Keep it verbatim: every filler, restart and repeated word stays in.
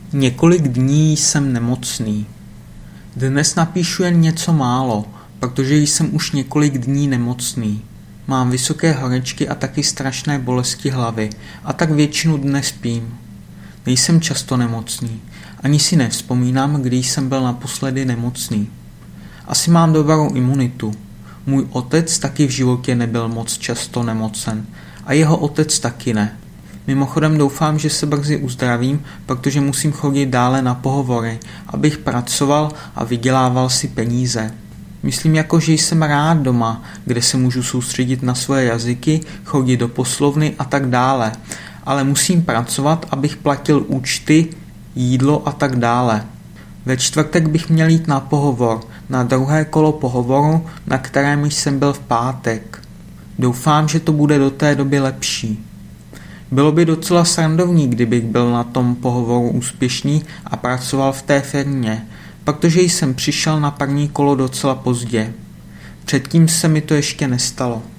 Několik dní jsem nemocný. Dnes napíšu jen něco málo, protože jsem už několik dní nemocný. Mám vysoké horečky a taky strašné bolesti hlavy a tak většinu dne spím. Nejsem často nemocný. Ani si nevzpomínám, kdy jsem byl naposledy nemocný. Asi mám dobrou imunitu. Můj otec taky v životě nebyl moc často nemocen a jeho otec taky ne. Mimochodem doufám, že se brzy uzdravím, protože musím chodit dále na pohovory, abych pracoval a vydělával si peníze. Myslím jako, že jsem rád doma, kde se můžu soustředit na svoje jazyky, chodit do poslovny a tak dále, ale musím pracovat, abych platil účty, jídlo a tak dále. Ve čtvrtek bych měl jít na pohovor, na druhé kolo pohovoru, na kterém jsem byl v pátek. Doufám, že to bude do té doby lepší. Bylo by docela srandovní, kdybych byl na tom pohovoru úspěšný a pracoval v té firmě, protože jsem přišel na první kolo docela pozdě. Předtím se mi to ještě nestalo.